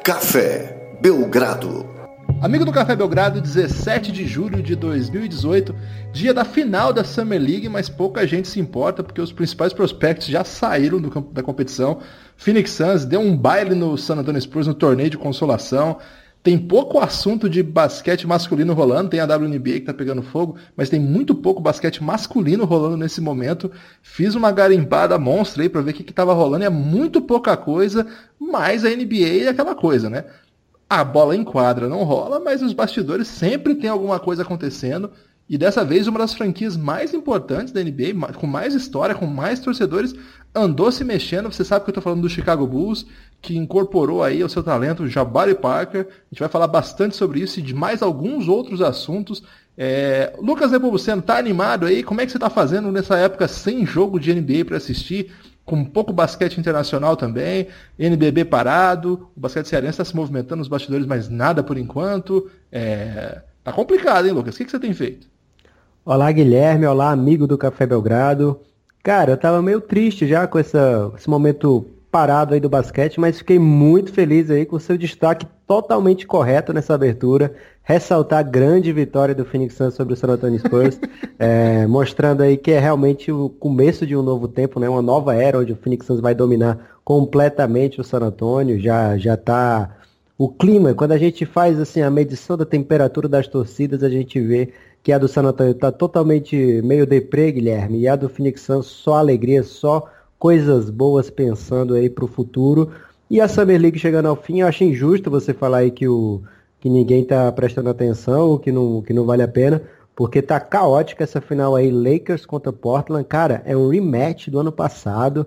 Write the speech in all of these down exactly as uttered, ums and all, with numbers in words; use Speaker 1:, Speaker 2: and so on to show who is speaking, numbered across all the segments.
Speaker 1: Café Belgrado.
Speaker 2: Amigo do Café Belgrado, dezessete de julho de dois mil e dezoito, dia da final da Summer League, mas pouca gente se importa porque os principais prospectos já saíram do campo da competição. Phoenix Suns deu um baile no San Antonio Spurs no torneio de consolação. Tem pouco assunto de basquete masculino rolando, tem a W N B A que tá pegando fogo, mas tem muito pouco basquete masculino rolando nesse momento. Fiz uma garimpada monstra aí pra ver o que que tava rolando, e é muito pouca coisa, mas a N B A é aquela coisa, né? A bola em quadra não rola, mas os bastidores sempre tem alguma coisa acontecendo. E dessa vez uma das franquias mais importantes da N B A, com mais história, com mais torcedores, andou se mexendo. Você sabe que eu estou falando do Chicago Bulls, que incorporou aí ao seu talento o Jabari Parker. A gente vai falar bastante sobre isso e de mais alguns outros assuntos. É... Lucas Nepomuceno, tá animado aí? Como é que você está fazendo nessa época sem jogo de N B A para assistir? Com pouco basquete internacional também, N B B parado, o basquete cearense está se movimentando nos bastidores, mas nada por enquanto. É... Tá complicado, hein, Lucas? O que que você tem feito?
Speaker 3: Olá, Guilherme. Olá, amigo do Café Belgrado. Cara, eu tava meio triste já com essa, esse momento parado aí do basquete, mas fiquei muito feliz aí com o seu destaque totalmente correto nessa abertura. Ressaltar a grande vitória do Phoenix Suns sobre o San Antonio Spurs, é, mostrando aí que é realmente o começo de um novo tempo, né? Uma nova era onde o Phoenix Suns vai dominar completamente o San Antonio. Já, já tá o clima. Quando a gente faz assim a medição da temperatura das torcidas, a gente vê que a do San Antonio está totalmente meio deprê, Guilherme, e a do Phoenix Suns só alegria, só coisas boas pensando aí para o futuro. E a Summer League chegando ao fim, eu acho injusto você falar aí que, o, que ninguém está prestando atenção, que não, que não vale a pena, porque tá caótica essa final aí, Lakers contra Portland. Cara, é um rematch do ano passado,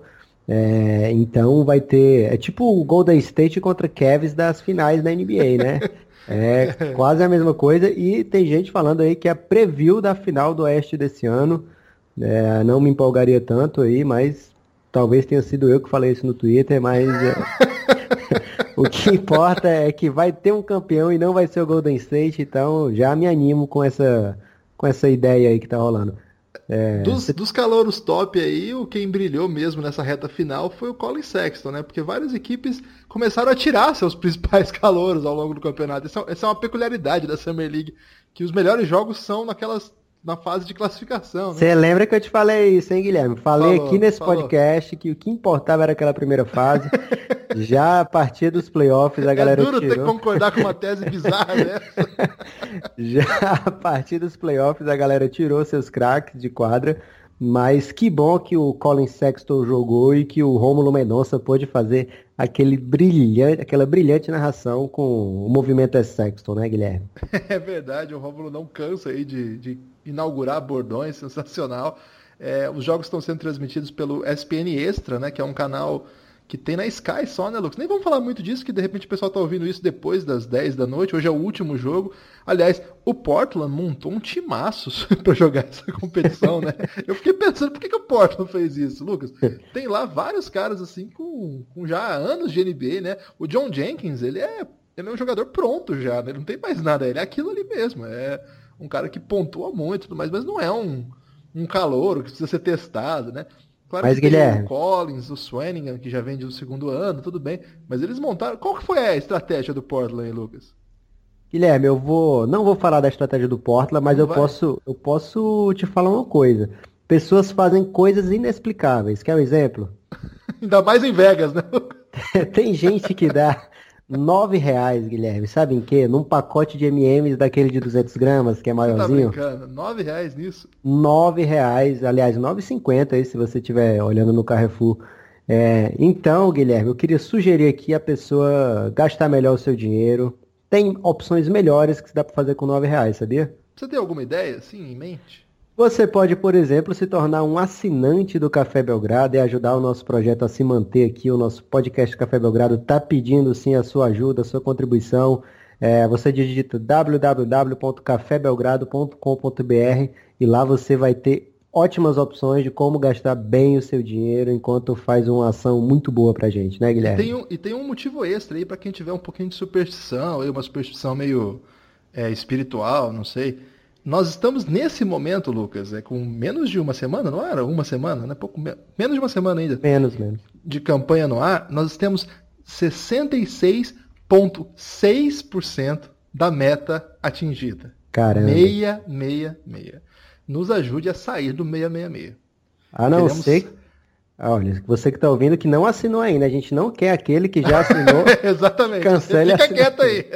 Speaker 3: é, então vai ter, é tipo o Golden State contra Cavs das finais da N B A, né? É quase a mesma coisa, e tem gente falando aí que é a preview da final do Oeste desse ano. É, não me empolgaria tanto aí, mas talvez tenha sido eu que falei isso no Twitter, mas é, o que importa é que vai ter um campeão e não vai ser o Golden State, então já me animo com essa, com essa ideia aí que tá rolando. É,
Speaker 2: dos, dos calouros top aí, o quem brilhou mesmo nessa reta final foi o Colin Sexton, né? Porque várias equipes começaram a tirar seus principais calouros ao longo do campeonato. Essa, essa é uma peculiaridade da Summer League, que os melhores jogos são naquelas, na fase de classificação. Você
Speaker 3: né? Lembra que eu te falei isso, hein, Guilherme? Falei
Speaker 2: falou,
Speaker 3: aqui nesse
Speaker 2: falou.
Speaker 3: podcast que o que importava era aquela primeira fase. Já a partir dos playoffs a galera
Speaker 2: tirou. É duro
Speaker 3: tirou.
Speaker 2: ter que concordar com uma tese bizarra dessa.
Speaker 3: Já a partir dos playoffs a galera tirou seus craques de quadra, mas que bom que o Colin Sexton jogou e que o Rômulo Mendonça pôde fazer aquele brilhante, aquela brilhante narração com o movimento é Sexton, né, Guilherme?
Speaker 2: É verdade, o Rômulo não cansa aí de, de inaugurar bordões, sensacional. É, os jogos estão sendo transmitidos pelo S P N Extra, né, que é um canal que tem na Sky só, né, Lucas? Nem vamos falar muito disso, que de repente o pessoal tá ouvindo isso depois das dez da noite. Hoje é o último jogo. Aliás, o Portland montou um timaço pra jogar essa competição, né? Eu fiquei pensando, por que, que o Portland fez isso, Lucas? Tem lá vários caras, assim, com, com já anos de N B A, né? O John Jenkins, ele é, ele é um jogador pronto já, né? Ele não tem mais nada, ele é aquilo ali mesmo. É um cara que pontua muito e tudo mais, mas não é um, um calouro que precisa ser testado, né? Claro
Speaker 3: mas,
Speaker 2: que tem
Speaker 3: Guilherme,
Speaker 2: o Collins, o Swanigan, que já vem do segundo ano, tudo bem. Mas eles montaram... Qual que foi a estratégia do Portland, Lucas?
Speaker 3: Guilherme, eu vou, não vou falar da estratégia do Portland, mas eu posso, eu posso te falar uma coisa. Pessoas fazem coisas inexplicáveis. Quer um exemplo?
Speaker 2: Ainda mais em Vegas, né?
Speaker 3: Tem gente que dá nove reais, Guilherme, sabe em quê? Num pacote de M e M's daquele de duzentos gramas, que é maiorzinho.
Speaker 2: Você tá brincando? nove reais nisso?
Speaker 3: nove reais, aliás, nove e cinquenta aí, se você estiver olhando no Carrefour. É, então, Guilherme, eu queria sugerir aqui a pessoa gastar melhor o seu dinheiro. Tem opções melhores que dá para fazer com nove reais, sabia?
Speaker 2: Você tem alguma ideia, assim, em mente?
Speaker 3: Você pode, por exemplo, se tornar um assinante do Café Belgrado e ajudar o nosso projeto a se manter aqui. O nosso podcast Café Belgrado está pedindo sim a sua ajuda, a sua contribuição. É, você digita w w w ponto café belgrado ponto com ponto b r e lá você vai ter ótimas opções de como gastar bem o seu dinheiro enquanto faz uma ação muito boa pra gente, né, Guilherme?
Speaker 2: E tem um, e tem um motivo extra aí para quem tiver um pouquinho de superstição, uma superstição meio é, espiritual, não sei. Nós estamos nesse momento, Lucas, é com menos de uma semana, não era? Uma semana, né? Pouco, menos de uma semana ainda.
Speaker 3: Menos, menos.
Speaker 2: De campanha no ar, nós temos sessenta e seis vírgula vírgula seis por cento da meta atingida.
Speaker 3: Caramba.
Speaker 2: seiscentos e sessenta e seis. Nos ajude a sair do seiscentos e sessenta e seis.
Speaker 3: A não
Speaker 2: Queremos...
Speaker 3: ser... Olha, você que está ouvindo que não assinou ainda. A gente não quer aquele que já assinou.
Speaker 2: Exatamente.
Speaker 3: Cancele
Speaker 2: Fica
Speaker 3: a
Speaker 2: quieto aí.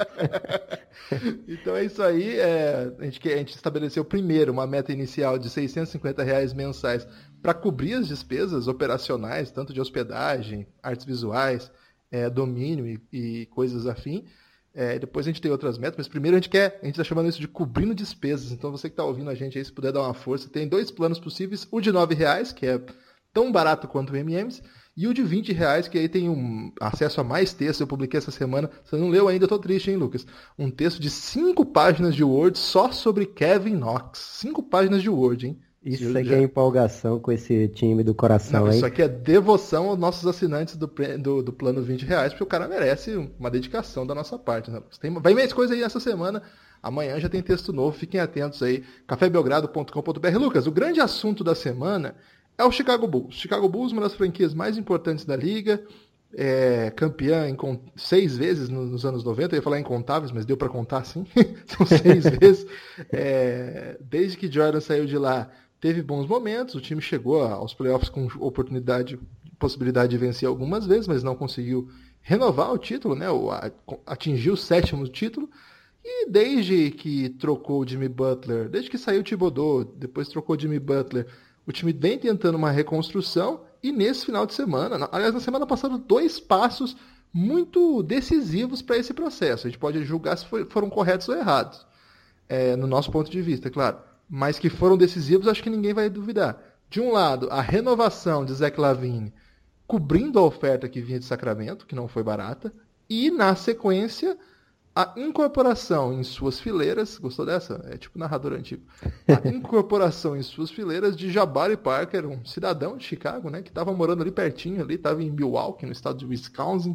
Speaker 2: Então é isso aí. É, a, gente, a gente estabeleceu primeiro uma meta inicial de seiscentos e cinquenta reais mensais para cobrir as despesas operacionais, tanto de hospedagem, artes visuais, é, domínio e, e coisas afim. É, depois a gente tem outras metas, mas primeiro a gente quer, a gente está chamando isso de cobrindo despesas. Então você que está ouvindo a gente aí, se puder dar uma força, tem dois planos possíveis, o de nove reais, que é tão barato quanto o M Ms, e o de vinte reais, que aí tem um acesso a mais texto. Eu publiquei essa semana, você não leu ainda, eu tô triste, hein, Lucas? Um texto de cinco páginas de Word só sobre Kevin Knox. Cinco páginas de Word, hein?
Speaker 3: Isso aqui é empolgação com esse time do coração,
Speaker 2: não,
Speaker 3: hein?
Speaker 2: Isso aqui é devoção aos nossos assinantes do, do, do plano vinte reais, porque o cara merece uma dedicação da nossa parte, né? Tem, vai mais coisa aí essa semana. Amanhã já tem texto novo, fiquem atentos aí. café belgrado ponto com ponto b r. Lucas, o grande assunto da semana é o Chicago Bulls. Chicago Bulls, uma das franquias mais importantes da liga, é campeã em, seis vezes nos anos noventa, eu ia falar incontáveis, mas deu para contar sim, são seis vezes. É, desde que Jordan saiu de lá, teve bons momentos, o time chegou aos playoffs com oportunidade, possibilidade de vencer algumas vezes, mas não conseguiu renovar o título, né? Atingiu o sétimo título. E desde que trocou o Jimmy Butler, desde que saiu o Thibodeau, depois trocou o Jimmy Butler, o time vem tentando uma reconstrução, e nesse final de semana, aliás, na semana passada, dois passos muito decisivos para esse processo. A gente pode julgar se foram corretos ou errados, é, no nosso ponto de vista, claro. Mas que foram decisivos, acho que ninguém vai duvidar. De um lado, a renovação de Zach LaVine, cobrindo a oferta que vinha de Sacramento, que não foi barata, e na sequência, a incorporação em suas fileiras, gostou dessa? É tipo narrador antigo. A incorporação em suas fileiras de Jabari Parker, um cidadão de Chicago, né, que estava morando ali pertinho, ali, estava em Milwaukee, no estado de Wisconsin,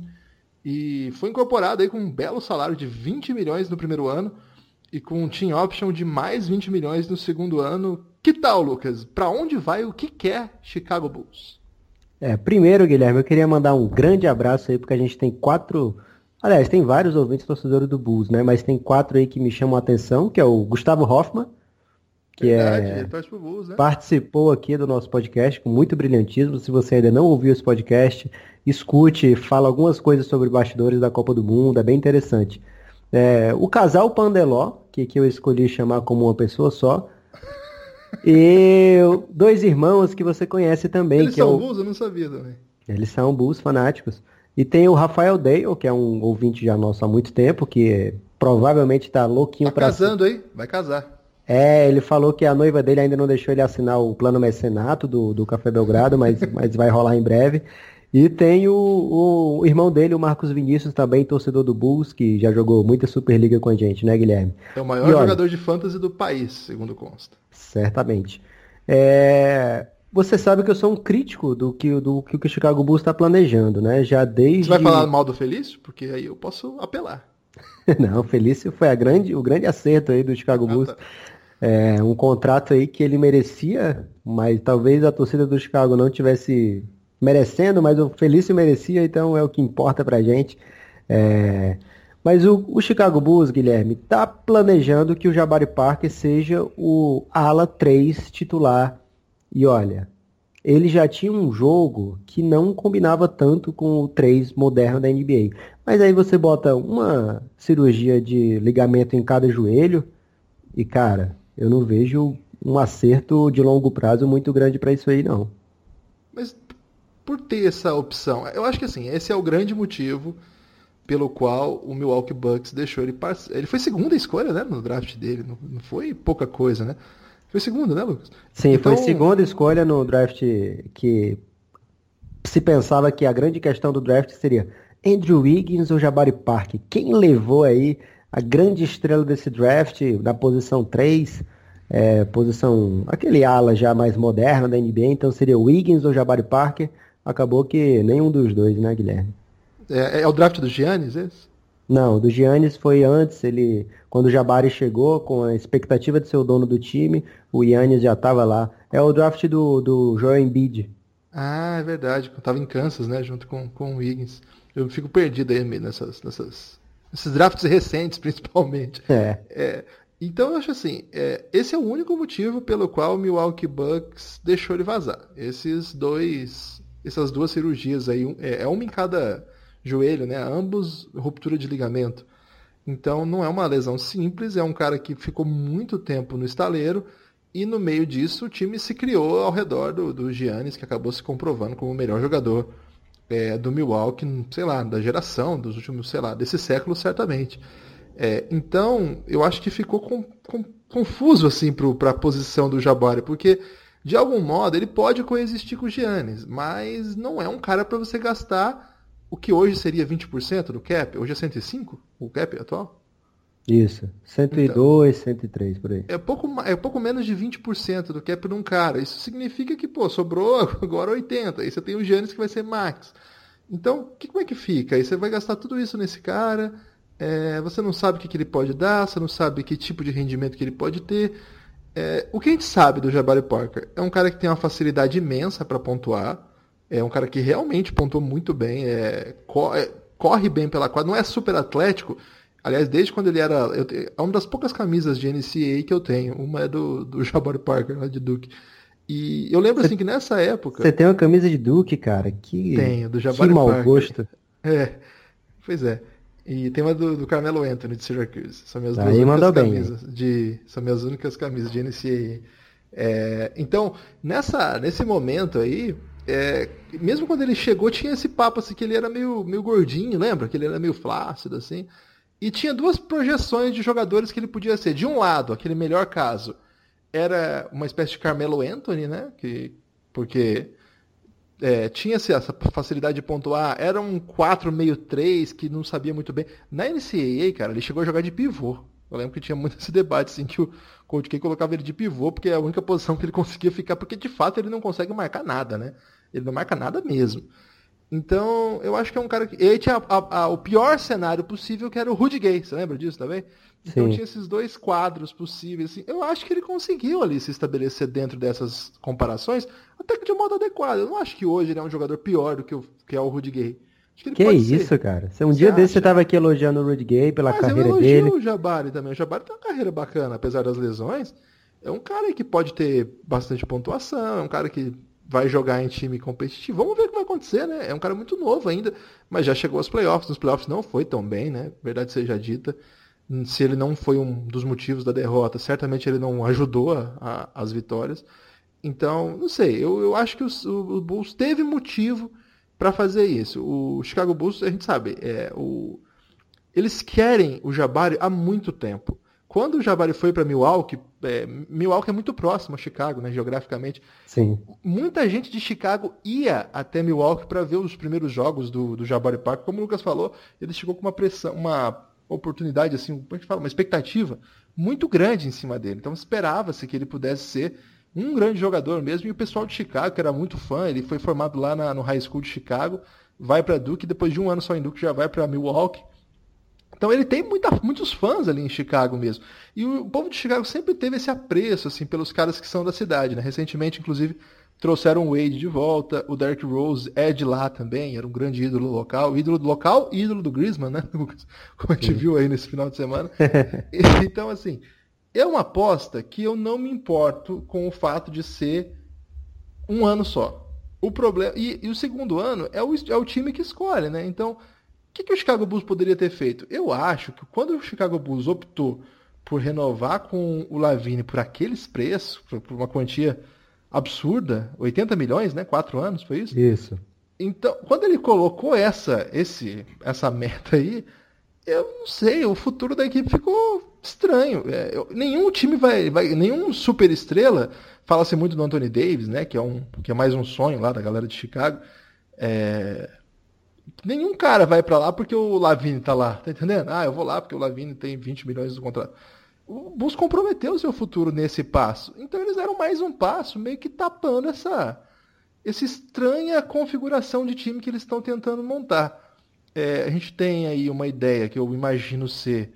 Speaker 2: e foi incorporado aí com um belo salário de vinte milhões no primeiro ano e com um team option de mais vinte milhões no segundo ano. Que tal, Lucas? Para onde vai, o que quer Chicago Bulls?
Speaker 3: É, primeiro, Guilherme, eu queria mandar um grande abraço aí, porque a gente tem quatro... Aliás, tem vários ouvintes torcedores do Bulls, né? Mas tem quatro aí que me chamam a atenção, que é o Gustavo Hoffman, que
Speaker 2: Verdade,
Speaker 3: é...
Speaker 2: ele torce pro Bulls, né?
Speaker 3: participou aqui do nosso podcast com muito brilhantismo. Se você ainda não ouviu esse podcast, escute, fala algumas coisas sobre bastidores da Copa do Mundo, é bem interessante. É, o casal Pandeló, que, que eu escolhi chamar como uma pessoa só, e dois irmãos que você conhece também.
Speaker 2: Eles
Speaker 3: que
Speaker 2: são
Speaker 3: é o...
Speaker 2: Bulls? Eu não sabia também.
Speaker 3: Eles são Bulls fanáticos. E tem o Rafael Dale, que é um ouvinte já nosso há muito tempo, que provavelmente tá louquinho
Speaker 2: Tá
Speaker 3: pra...
Speaker 2: casando aí? Vai casar.
Speaker 3: É, ele falou que a noiva dele ainda não deixou ele assinar o plano mecenato do, do Café Belgrado, mas, mas vai rolar em breve. E tem o, o, o irmão dele, o Marcos Vinícius, também torcedor do Bulls, que já jogou muita Superliga com a gente, né, Guilherme?
Speaker 2: É o maior
Speaker 3: E, olha,
Speaker 2: jogador de fantasy do país, segundo consta.
Speaker 3: certamente. É... Você sabe que eu sou um crítico do que, do que o Chicago Bulls está planejando, né? Já desde...
Speaker 2: Você vai falar mal do Felício? Porque aí eu posso apelar.
Speaker 3: Não, o Felício foi a grande, o grande acerto aí do Chicago
Speaker 2: Ah,
Speaker 3: Bulls.
Speaker 2: tá.
Speaker 3: É um contrato aí que ele merecia, mas talvez a torcida do Chicago não tivesse merecendo, mas o Felício merecia, então é o que importa pra gente. É... Mas o, o Chicago Bulls, Guilherme, tá planejando que o Jabari Parker seja o ala três titular. E olha, ele já tinha um jogo que não combinava tanto com o três moderno da N B A. Mas aí você bota uma cirurgia de ligamento em cada joelho e, cara, eu não vejo um acerto de longo prazo muito grande para isso aí, não.
Speaker 2: Mas por ter essa opção, eu acho que assim, esse é o grande motivo pelo qual o Milwaukee Bucks deixou ele passar. Ele foi segunda escolha, né, no draft dele, não, não foi pouca coisa, né? Foi segunda, né, Lucas?
Speaker 3: Sim,
Speaker 2: então...
Speaker 3: foi segunda escolha no draft que se pensava que a grande questão do draft seria Andrew Wiggins ou Jabari Parker. Quem levou aí a grande estrela desse draft na posição três, é, posição, aquele ala já mais moderno da N B A, então seria Wiggins ou Jabari Parker. Acabou que nenhum dos dois, né, Guilherme?
Speaker 2: É, é o draft do Giannis, esse?
Speaker 3: Não, do Giannis foi antes, ele, quando o Jabari chegou, com a expectativa de ser o dono do time, o Giannis já estava lá. É o draft do, do Joel Embiid.
Speaker 2: Ah, é verdade, eu tava em Kansas, né, junto com, com o Wiggins. Eu fico perdido aí nessas, nessas, nesses drafts recentes, principalmente.
Speaker 3: É.
Speaker 2: É, então eu acho assim, é, esse é o único motivo pelo qual o Milwaukee Bucks deixou ele vazar. Esses dois, essas duas cirurgias aí, um, é, é uma em cada joelho, né? Ambos ruptura de ligamento. Então não é uma lesão simples, é um cara que ficou muito tempo no estaleiro e no meio disso o time se criou ao redor do, do Giannis, que acabou se comprovando como o melhor jogador é, do Milwaukee, sei lá, da geração, dos últimos, sei lá, desse século certamente. É, então eu acho que ficou com, com, confuso assim para a posição do Jabari, porque de algum modo ele pode coexistir com o Giannis, mas não é um cara para você gastar o que hoje seria vinte por cento do cap, hoje é cento e cinco o cap atual?
Speaker 3: Isso, cento e dois, então, cento e três, por aí.
Speaker 2: É pouco, é pouco menos de vinte por cento do cap de um cara. Isso significa que, pô, sobrou agora oitenta. Aí você tem o Giannis que vai ser max. Então, que, como é que fica? Aí você vai gastar tudo isso nesse cara, é, você não sabe o que, que ele pode dar, você não sabe que tipo de rendimento que ele pode ter. É, o que a gente sabe do Jabari Parker? É um cara que tem uma facilidade imensa para pontuar, é um cara que realmente pontuou muito bem, é, corre, corre bem pela quadra, não é super atlético. Aliás, desde quando ele era... Eu, é uma das poucas camisas de N C A A que eu tenho. Uma é do, do Jabari Parker, lá de Duke. E eu lembro, cê, assim, que nessa época...
Speaker 3: Você tem uma camisa de Duke, cara? Que,
Speaker 2: tenho, do Jabari
Speaker 3: que mau
Speaker 2: Parker.
Speaker 3: gosto.
Speaker 2: É, pois é. E tem uma do, do Carmelo Anthony, de Syracuse. São minhas duas
Speaker 3: Aí
Speaker 2: únicas
Speaker 3: bem,
Speaker 2: camisas. De, são minhas únicas camisas de N C A A. É, então, nessa, nesse momento aí... É, mesmo quando ele chegou, tinha esse papo assim, que ele era meio, meio gordinho, lembra? Que ele era meio flácido, assim. E tinha duas projeções de jogadores que ele podia ser. De um lado, aquele melhor caso, era uma espécie de Carmelo Anthony, né? Que, porque é, tinha essa facilidade de pontuar. Era um quatro meio três que não sabia muito bem. Na N C A A, cara, ele chegou a jogar de pivô. Eu lembro que tinha muito esse debate, assim, que o Coach K colocava ele de pivô, porque é a única posição que ele conseguia ficar, porque de fato ele não consegue marcar nada, né? Ele não marca nada mesmo. Então, eu acho que é um cara que... E aí tinha a, a, a, o pior cenário possível, que era o Rudy Gay. Você lembra disso também? Então
Speaker 3: Sim.
Speaker 2: Tinha esses dois quadros possíveis. Assim. Eu acho que ele conseguiu ali se estabelecer dentro dessas comparações, até que de modo adequado. Eu não acho que hoje ele é um jogador pior do que, o, que é o Rudy Gay. Acho que ele
Speaker 3: que
Speaker 2: pode
Speaker 3: isso,
Speaker 2: ser.
Speaker 3: cara? Se um
Speaker 2: Você
Speaker 3: dia
Speaker 2: acha?
Speaker 3: desse você tava aqui elogiando o Rudy Gay pela
Speaker 2: Mas
Speaker 3: carreira
Speaker 2: eu elogio
Speaker 3: dele.
Speaker 2: o Jabari também. O Jabari tem uma carreira bacana, apesar das lesões. É um cara que pode ter bastante pontuação, é um cara que vai jogar em time competitivo. Vamos ver o que vai acontecer, né? É um cara muito novo ainda, mas já chegou aos playoffs. Nos playoffs não foi tão bem, né? Verdade seja dita. Se ele não foi um dos motivos da derrota, certamente ele não ajudou a, a, as vitórias. Então, não sei. Eu, eu acho que os, o, o Bulls teve motivo para fazer isso. O Chicago Bulls, a gente sabe, é, o, eles querem o Jabari há muito tempo. Quando o Jabari foi para Milwaukee, é, Milwaukee é muito próximo a Chicago, né, geograficamente.
Speaker 3: Sim.
Speaker 2: Muita gente de Chicago ia até Milwaukee para ver os primeiros jogos do, do Jabari Parker. Como o Lucas falou, ele chegou com uma pressão, uma oportunidade, assim, como a gente fala, uma expectativa muito grande em cima dele. Então esperava-se que ele pudesse ser um grande jogador mesmo. E o pessoal de Chicago, que era muito fã, ele foi formado lá na, no High School de Chicago, vai para Duke, depois de um ano só em Duke já vai para Milwaukee. Então ele tem muita, muitos fãs ali em Chicago mesmo. E o povo de Chicago sempre teve esse apreço assim, pelos caras que são da cidade. Né? Recentemente, inclusive, trouxeram o Wade de volta. O Derrick Rose é de lá também, era um grande ídolo local. Ídolo do local e ídolo do Griezmann, né? Como a gente viu aí nesse final de semana. Então, assim, é uma aposta que eu não me importo com o fato de ser um ano só. O problema E, e o segundo ano é o, é o time que escolhe, né? Então... O que, que o Chicago Bulls poderia ter feito? Eu acho que quando o Chicago Bulls optou por renovar com o Lavine por aqueles preços, por, por uma quantia absurda, oitenta milhões, né? Quatro anos, foi isso?
Speaker 3: Isso.
Speaker 2: Então, quando ele colocou essa, esse, essa meta aí, eu não sei, o futuro da equipe ficou estranho. É, eu, nenhum time vai, vai, nenhum super estrela, fala-se muito do Anthony Davis, né? Que é, um, que é mais um sonho lá da galera de Chicago. É... Nenhum cara vai pra lá porque o Lavine tá lá, tá entendendo? Ah, eu vou lá porque o Lavine tem vinte milhões do contrato. O Bulls comprometeu o seu futuro nesse passo. Então eles deram mais um passo, meio que tapando essa, essa estranha configuração de time que eles estão tentando montar. É, a gente tem aí uma ideia que eu imagino ser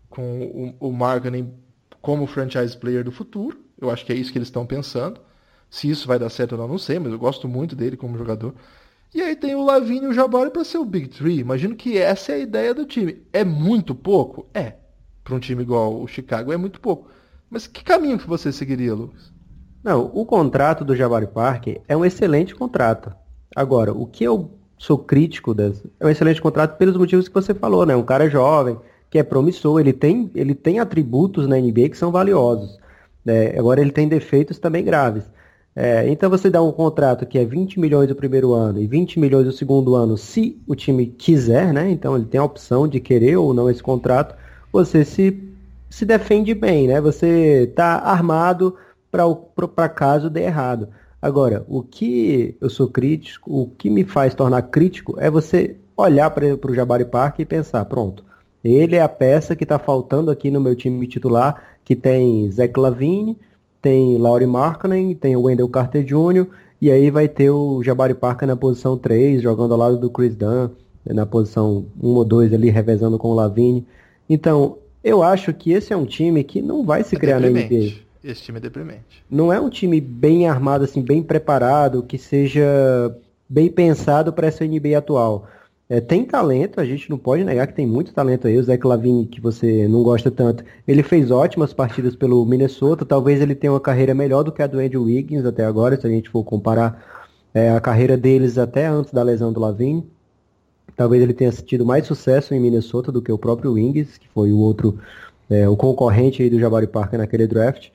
Speaker 2: com o, o Markkanen como franchise player do futuro. Eu acho que é isso que eles estão pensando. Se isso vai dar certo ou não, não sei, mas eu gosto muito dele como jogador. E aí tem o Lavine e o Jabari para ser o Big Three. Imagino que essa é a ideia do time. É muito pouco? É. Para um time igual o Chicago é muito pouco. Mas que caminho que você seguiria, Lucas?
Speaker 3: Não, o contrato do Jabari Parker é um excelente contrato. Agora, o que eu sou crítico das... é um excelente contrato pelos motivos que você falou, né? Um cara jovem, que é promissor, ele tem, ele tem atributos na N B A que são valiosos. Né? Agora ele tem defeitos também graves. É, então você dá um contrato que é vinte milhões no primeiro ano e vinte milhões no segundo ano, se o time quiser, né? Então ele tem a opção de querer ou não esse contrato, você se, se defende bem, né? Você está armado para caso dê errado. Agora, o que eu sou crítico, o que me faz tornar crítico é você olhar para o Jabari Parker e pensar, pronto, ele é a peça que está faltando aqui no meu time titular, que tem Zach LaVine, tem Lauri Markkanen, tem o Wendell Carter Júnior, e aí vai ter o Jabari Parker na posição três, jogando ao lado do Chris Dunn, na posição um ou dois ali, revezando com o LaVine. Então, eu acho que esse é um time que não vai se
Speaker 2: é
Speaker 3: criar na N B
Speaker 2: A. Esse time é deprimente.
Speaker 3: Não é um time bem armado, assim, bem preparado, que seja bem pensado para essa N B A atual. É, tem talento, a gente não pode negar que tem muito talento aí. O Zach LaVine, que você não gosta tanto, ele fez ótimas partidas pelo Minnesota. Talvez ele tenha uma carreira melhor do que a do Andrew Wiggins até agora, se a gente for comparar é, a carreira deles até antes da lesão do LaVine. Talvez ele tenha tido mais sucesso em Minnesota do que o próprio Wiggins, que foi o outro, é, o concorrente aí do Jabari Parker naquele draft.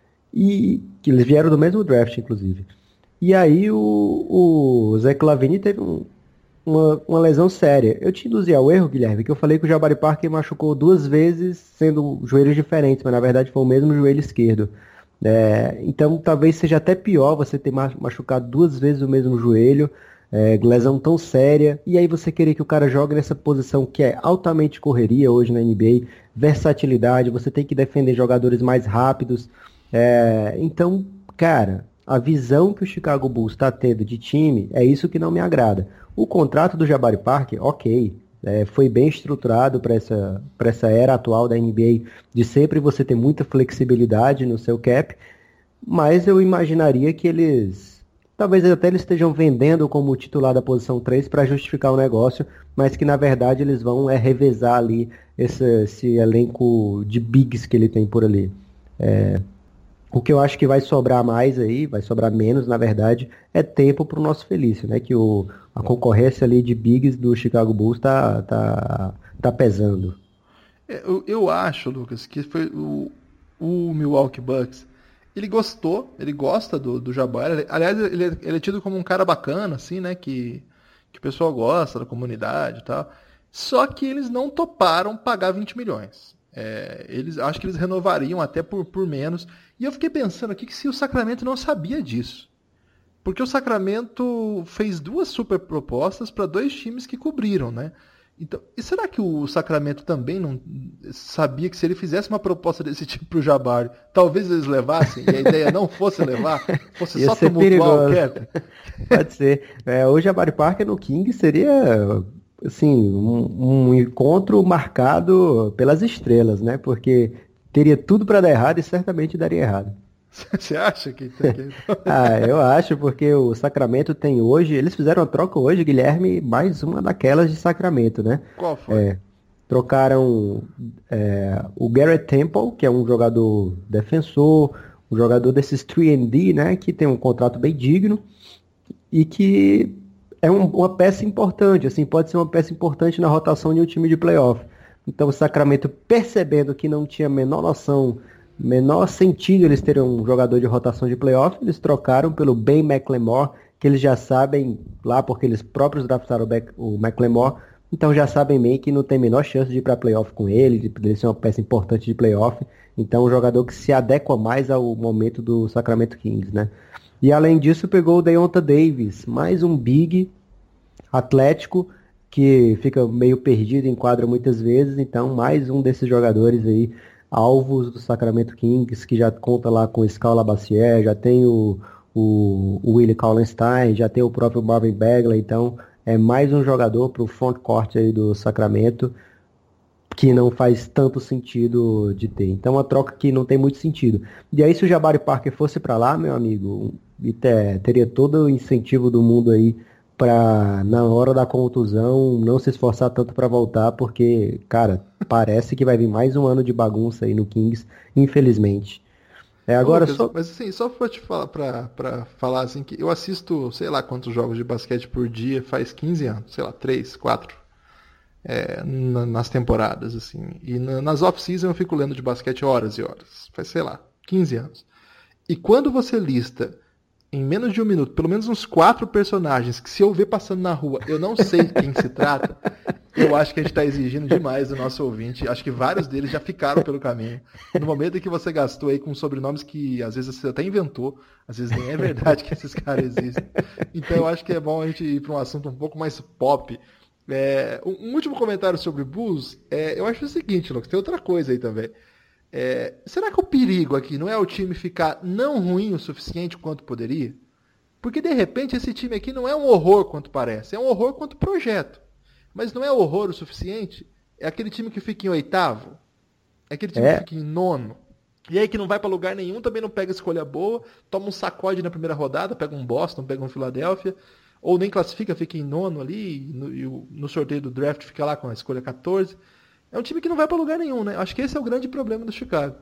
Speaker 3: E que eles vieram do mesmo draft, inclusive. E aí o, o Zach LaVine teve um Uma, uma lesão séria. Eu te induzi ao erro, Guilherme, que eu falei que o Jabari Parker machucou duas vezes, sendo joelhos diferentes, mas na verdade foi o mesmo joelho esquerdo. É, então talvez seja até pior você ter machucado duas vezes o mesmo joelho, é, lesão tão séria, e aí você querer que o cara jogue nessa posição que é altamente correria hoje na N B A, versatilidade, você tem que defender jogadores mais rápidos. É, então, cara, a visão que o Chicago Bulls está tendo de time é isso que não me agrada. O contrato do Jabari Parker, ok, é, foi bem estruturado para essa, para essa era atual da N B A, de sempre você ter muita flexibilidade no seu cap, mas eu imaginaria que eles, talvez até eles estejam vendendo como titular da posição três para justificar o negócio, mas que na verdade eles vão é, revezar ali esse, esse elenco de bigs que ele tem por ali. É, O que eu acho que vai sobrar mais aí, vai sobrar menos, na verdade, é tempo para o nosso Felício, né? Que o, a concorrência ali de bigs do Chicago Bulls tá, tá, tá pesando.
Speaker 2: Eu, eu acho, Lucas, que foi o, o Milwaukee Bucks. Ele gostou, ele gosta do, do Jabari. Aliás, ele, é- ele é tido como um cara bacana, assim, né? Que, que o pessoal gosta da comunidade e tal. Só que eles não toparam pagar vinte milhões. É, eles, acho que eles renovariam até por, por menos. E eu fiquei pensando aqui que se o Sacramento não sabia disso. Porque o Sacramento fez duas super propostas para dois times que cobriram, né? Então, e será que o Sacramento também não sabia que se ele fizesse uma proposta desse tipo para o Jabari, talvez eles levassem e a ideia não fosse levar, fosse
Speaker 3: Ia
Speaker 2: só
Speaker 3: ser
Speaker 2: tumultuar o
Speaker 3: perigoso.
Speaker 2: cap?
Speaker 3: Pode ser. É, o Jabari Parker no King seria assim, um, um encontro marcado pelas estrelas, né? Porque teria tudo para dar errado e certamente daria errado.
Speaker 2: Você acha que... que...
Speaker 3: Ah, eu acho, porque o Sacramento tem hoje, eles fizeram a troca hoje, Guilherme, mais uma daquelas de Sacramento, né?
Speaker 2: Qual foi?
Speaker 3: É, trocaram é, o Garrett Temple, que é um jogador defensor, um jogador desses três and D, né? Que tem um contrato bem digno e que é um- uma peça importante, assim, pode ser uma peça importante na rotação de um time de playoff. Então o Sacramento, percebendo que não tinha a menor noção, menor sentido eles terem um jogador de rotação de playoff, eles trocaram pelo Ben McLemore, que eles já sabem lá, porque eles próprios draftaram o Beck- o McLemore, então já sabem bem que não tem a menor chance de ir para playoff com ele, de de ele ser uma peça importante de playoff. Então um jogador que se adequa mais ao momento do Sacramento Kings, né? E além disso pegou o Deonta Davis, mais um big atlético que fica meio perdido em quadra muitas vezes, então mais um desses jogadores aí, alvos do Sacramento Kings, que já conta lá com o Skal Labissière, já tem o, o, o Willie Cauley-Stein, já tem o próprio Marvin Bagley, então é mais um jogador para o frontcourt aí do Sacramento, que não faz tanto sentido de ter. Então uma troca que não tem muito sentido. E aí se o Jabari Parker fosse para lá, meu amigo, e te- teria todo o incentivo do mundo aí pra, na hora da contusão, não se esforçar tanto pra voltar, porque, cara, parece que vai vir mais um ano de bagunça aí no Kings, infelizmente. É,
Speaker 2: Ô,
Speaker 3: agora
Speaker 2: Lucas,
Speaker 3: só.
Speaker 2: mas assim, só pra te falar, pra, pra falar assim, que eu assisto, sei lá quantos jogos de basquete por dia, faz quinze anos, sei lá, três, quatro, é, na- nas temporadas, assim. E na- nas off-season eu fico lendo de basquete horas e horas, faz, sei lá, quinze anos. E quando você lista em menos de um minuto, pelo menos uns quatro personagens que se eu ver passando na rua, eu não sei quem se trata, eu acho que a gente está exigindo demais do nosso ouvinte. Acho que vários deles já ficaram pelo caminho. No momento em que você gastou aí com sobrenomes que às vezes você até inventou, às vezes nem é verdade que esses caras existem. Então eu acho que é bom a gente ir para um assunto um pouco mais pop. É, um um último comentário sobre Bulls, é, eu acho o seguinte, Lucas, tem outra coisa aí também. É, será que o perigo aqui não é o time ficar não ruim o suficiente quanto poderia? Porque de repente esse time aqui não é um horror quanto parece, é um horror quanto projeto. Mas não é horror o suficiente? É aquele time que fica em oitavo? É aquele time
Speaker 3: É,
Speaker 2: que fica em nono? E aí que não vai pra lugar nenhum, também não pega escolha boa, toma um sacode na primeira rodada, pega um Boston, pega um Philadelphia, ou nem classifica, fica em nono ali, e no, e o- no sorteio do draft fica lá com a escolha quatorze. É um time que não vai pra lugar nenhum, né? Acho que esse é o grande problema do Chicago.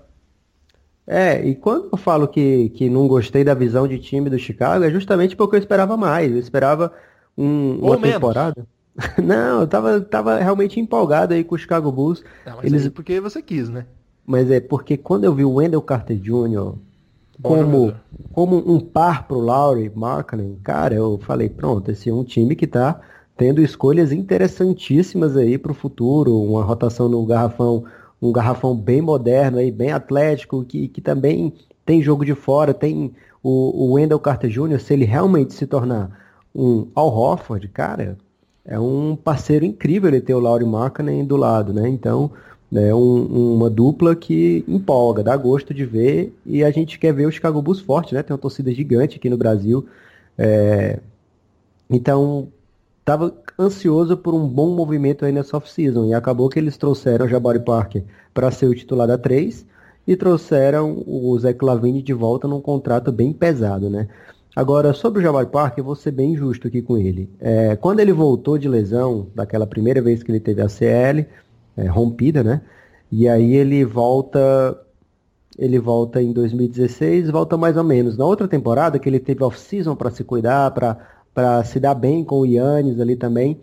Speaker 3: é, e quando eu falo que, que não gostei da visão de time do Chicago, é justamente porque eu esperava mais. Eu esperava um- uma
Speaker 2: Ou menos.
Speaker 3: temporada. Não, eu tava, tava realmente empolgado aí com o Chicago Bulls.
Speaker 2: Ah, mas aí
Speaker 3: Eles,
Speaker 2: porque você quis, né?
Speaker 3: mas é porque quando eu vi o Wendell Carter Júnior
Speaker 2: Bom
Speaker 3: como,
Speaker 2: jogador.
Speaker 3: como um par pro Lauri Markkanen, cara, eu falei, pronto, esse é um time que tá tendo escolhas interessantíssimas aí pro futuro, uma rotação no garrafão, um garrafão bem moderno aí, bem atlético, que, que também tem jogo de fora, tem o, o Wendell Carter Júnior, se ele realmente se tornar um Al Horford, cara, é um parceiro incrível ele ter o Lauri Markkanen do lado, né? Então, é um- uma dupla que empolga, dá gosto de ver e a gente quer ver o Chicago Bulls forte, né? Tem uma torcida gigante aqui no Brasil. É, então, tava ansioso por um bom movimento aí nessa off-season e acabou que eles trouxeram o Jabari Parker para ser o titular da três e trouxeram o Zach LaVine de volta num contrato bem pesado, né? Agora, sobre o Jabari Parker, eu vou ser bem justo aqui com ele. É, quando ele voltou de lesão, daquela primeira vez que ele teve a C L, é, rompida, né? E aí ele volta, ele volta em dois mil e dezesseis, volta mais ou menos. Na outra temporada, que ele teve off-season para se cuidar, para para se dar bem com o Yannis ali também,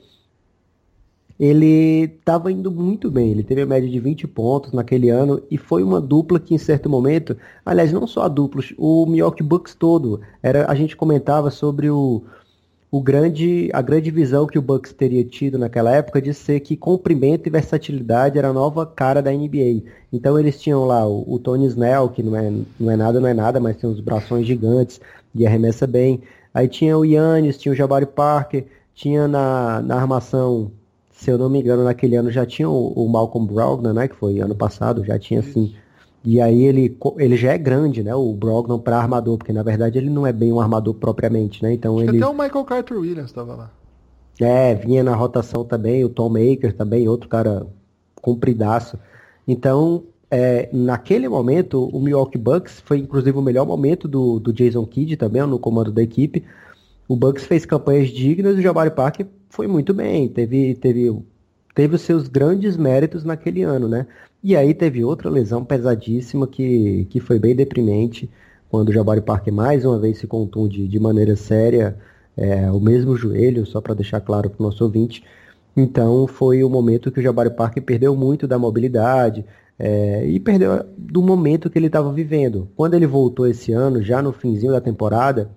Speaker 3: ele estava indo muito bem. Ele teve a média de vinte pontos naquele ano e foi uma dupla que em certo momento, aliás, não só a dupla, o Milwaukee Bucks todo, era, a gente comentava sobre o o grande, a grande visão que o Bucks teria tido naquela época de ser que comprimento e versatilidade era a nova cara da N B A. Então eles tinham lá o, o Tony Snell, que não é, não é nada, não é nada, mas tem uns brações gigantes e arremessa bem. Aí tinha o Yannis, tinha o Jabari Parker, tinha na, na armação, se eu não me engano, naquele ano já tinha o, o Malcolm Brogdon, né, que foi ano passado, já tinha assim.
Speaker 2: Isso.
Speaker 3: E aí ele, co- ele já é grande, né, o Brogdon para armador, porque na verdade ele não é bem um armador propriamente, né, então
Speaker 2: Acho que até
Speaker 3: ele
Speaker 2: o Michael Carter Williams estava lá.
Speaker 3: é, vinha na rotação também, o Tom Maker também, outro cara compridaço. Então, é, naquele momento, o Milwaukee Bucks foi inclusive o melhor momento do, do Jason Kidd também, no comando da equipe. O Bucks fez campanhas dignas e o Jabari Parker foi muito bem, teve, teve, teve os seus grandes méritos naquele ano, né? E aí teve outra lesão pesadíssima que, que foi bem deprimente, quando o Jabari Parker mais uma vez se contunde de maneira séria, é, o mesmo joelho, só para deixar claro para o nosso ouvinte. Então foi o momento que o Jabari Parker perdeu muito da mobilidade, é, e perdeu do momento que ele estava vivendo. Quando ele voltou esse ano, já no finzinho da temporada,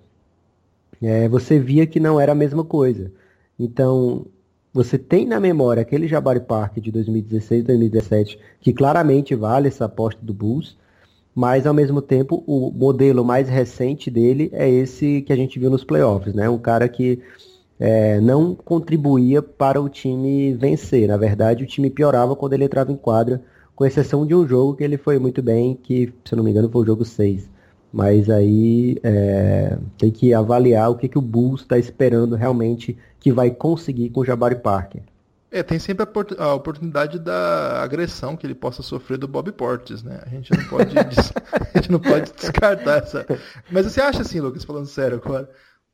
Speaker 3: é, você via que não era a mesma coisa. Então, você tem na memória aquele Jabari Parker de dois mil e dezesseis, dois mil e dezessete, que claramente vale essa aposta do Bulls, mas ao mesmo tempo o modelo mais recente dele é esse que a gente viu nos playoffs, né? Um cara que é, não contribuía para o time vencer. Na verdade, o time piorava quando ele entrava em quadra, com exceção de um jogo que ele foi muito bem, que, se eu não me engano, foi o jogo seis. Mas aí é, tem que avaliar o que, que o Bulls está esperando realmente que vai conseguir com o Jabari Parker.
Speaker 2: É, tem sempre a, opor- a oportunidade da agressão que ele possa sofrer do Bobby Portis, né? A gente não pode, des- a gente não pode descartar essa. Mas você acha assim, Lucas, falando sério agora,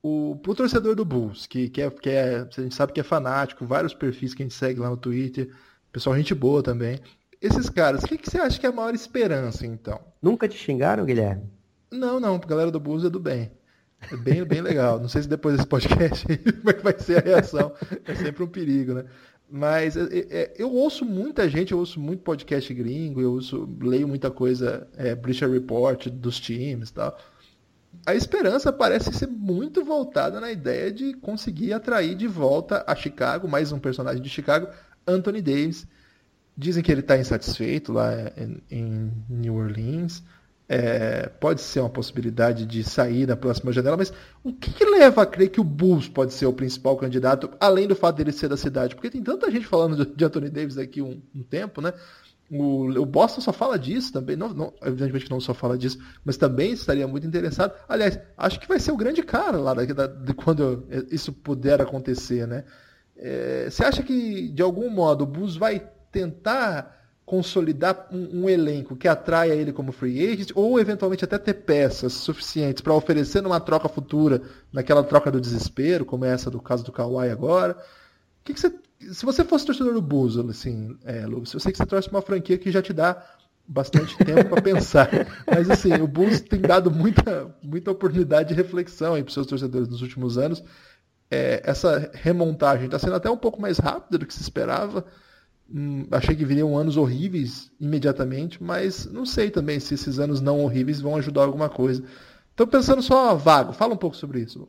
Speaker 2: o, pro torcedor do Bulls, que, que, é, que é, a gente sabe que é fanático, vários perfis que a gente segue lá no Twitter, pessoal gente boa também. Esses caras, o que, que você acha que é a maior esperança, então?
Speaker 3: Nunca te xingaram, Guilherme?
Speaker 2: Não, não, a galera do Bulls é do bem. É bem, bem legal. Não sei se depois desse podcast como é que vai ser a reação. É sempre um perigo, né? Mas é, é, eu ouço muita gente, eu ouço muito podcast gringo, eu ouço, leio muita coisa, é, Bleacher Report dos times e tal. A esperança parece ser muito voltada na ideia de conseguir atrair de volta a Chicago, mais um personagem de Chicago, Anthony Davis. Dizem que ele está insatisfeito lá em, em New Orleans. É, pode ser uma possibilidade de sair na próxima janela, mas o que, que leva a crer que o Bulls pode ser o principal candidato, além do fato dele ser da cidade? Porque tem tanta gente falando de, de Anthony Davis aqui um, um tempo, né? O, o Boston só fala disso também, não, não, evidentemente que não só fala disso, mas também estaria muito interessado. Aliás, acho que vai ser o grande cara lá da, da, de quando isso puder acontecer, né? É, você acha que, de algum modo, o Bulls vai tentar consolidar um, um elenco que atraia ele como free agent, ou eventualmente até ter peças suficientes para oferecer numa troca futura, naquela troca do desespero, como é essa do caso do Kawhi agora? O que, que você, se você fosse torcedor do Bulls, assim, é, Lucas, eu sei que você torce uma franquia que já te dá bastante tempo para pensar, mas assim, o Bulls tem dado muita, muita oportunidade de reflexão para os seus torcedores nos últimos anos. É, essa remontagem está sendo até um pouco mais rápida do que se esperava. Hum, achei que viriam anos horríveis imediatamente, mas não sei também se esses anos não horríveis vão ajudar alguma coisa. Estou pensando só vago, fala um pouco sobre isso.